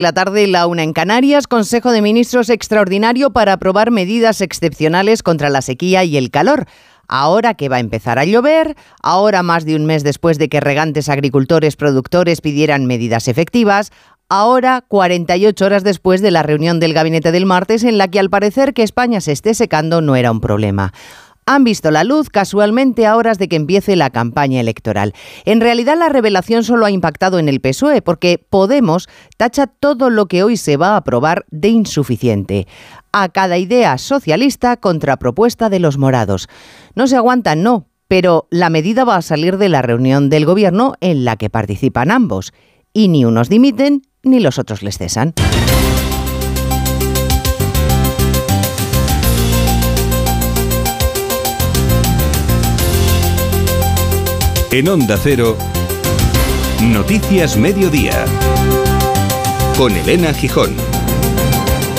La tarde, la 1 en Canarias, Consejo de Ministros extraordinario para aprobar medidas excepcionales contra la sequía y el calor. Ahora que va a empezar a llover, ahora más de un mes después de que regantes, agricultores, productores pidieran medidas efectivas, ahora 48 horas después de la reunión del gabinete del martes en la que al parecer que España se esté secando no era un problema. Han visto la luz casualmente a horas de que empiece la campaña electoral. En realidad la revelación solo ha impactado en el PSOE porque Podemos tacha todo lo que hoy se va a aprobar de insuficiente. A cada idea socialista contrapropuesta de los morados. No se aguantan, no, pero la medida va a salir de la reunión del gobierno en la que participan ambos. Y ni unos dimiten ni los otros les cesan. En Onda Cero, Noticias Mediodía, con Elena Gijón.